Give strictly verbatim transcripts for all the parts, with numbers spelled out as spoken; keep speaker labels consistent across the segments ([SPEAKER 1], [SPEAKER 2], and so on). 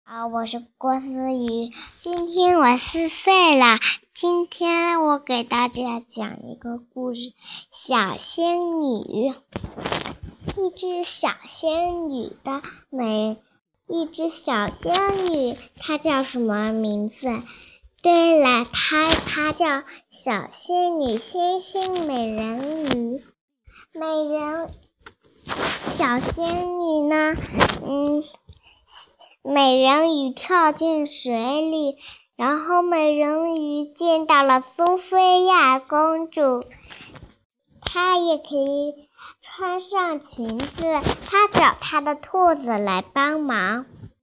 [SPEAKER 1] 啊，我是郭思雨，今天我四岁了。今天我给大家讲一个故事，小仙女。一只小仙女的美，一只小仙女，她叫什么名字？对了，她她叫小仙女星星美人鱼。美人小仙女呢，嗯。美人鱼跳进水里，然后美人鱼见到了苏菲亚公主，她也可以穿上裙子，她找她的兔子来帮忙。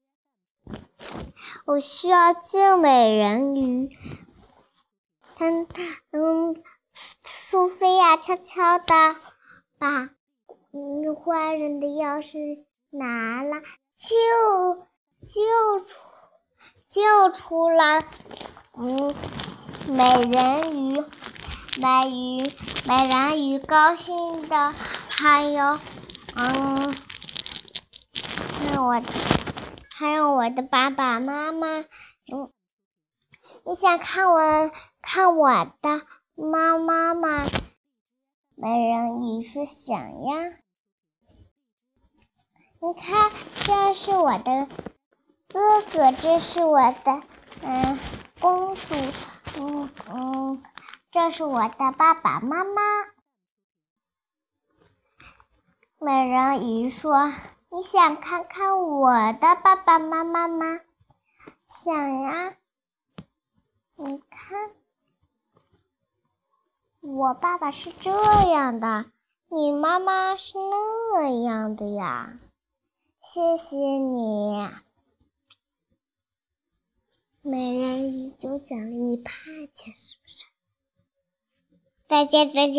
[SPEAKER 1] 我需要救美人鱼。嗯嗯，苏菲亚悄悄地把嗯坏人的钥匙拿了，救。救出救出了嗯美人鱼，美鱼美人鱼高兴的，还有嗯还有我还有我的爸爸妈妈。嗯，你想看我看我的妈妈吗？美人鱼是想呀。你看，这是我的哥哥，这是我的嗯公主，嗯嗯，这是我的爸爸妈妈。美人鱼说：“你想看看我的爸爸妈妈吗？”想呀。你看，我爸爸是这样的，你妈妈是那样的呀。谢谢你。美人鱼就讲了一趴，是不是？再见，再见。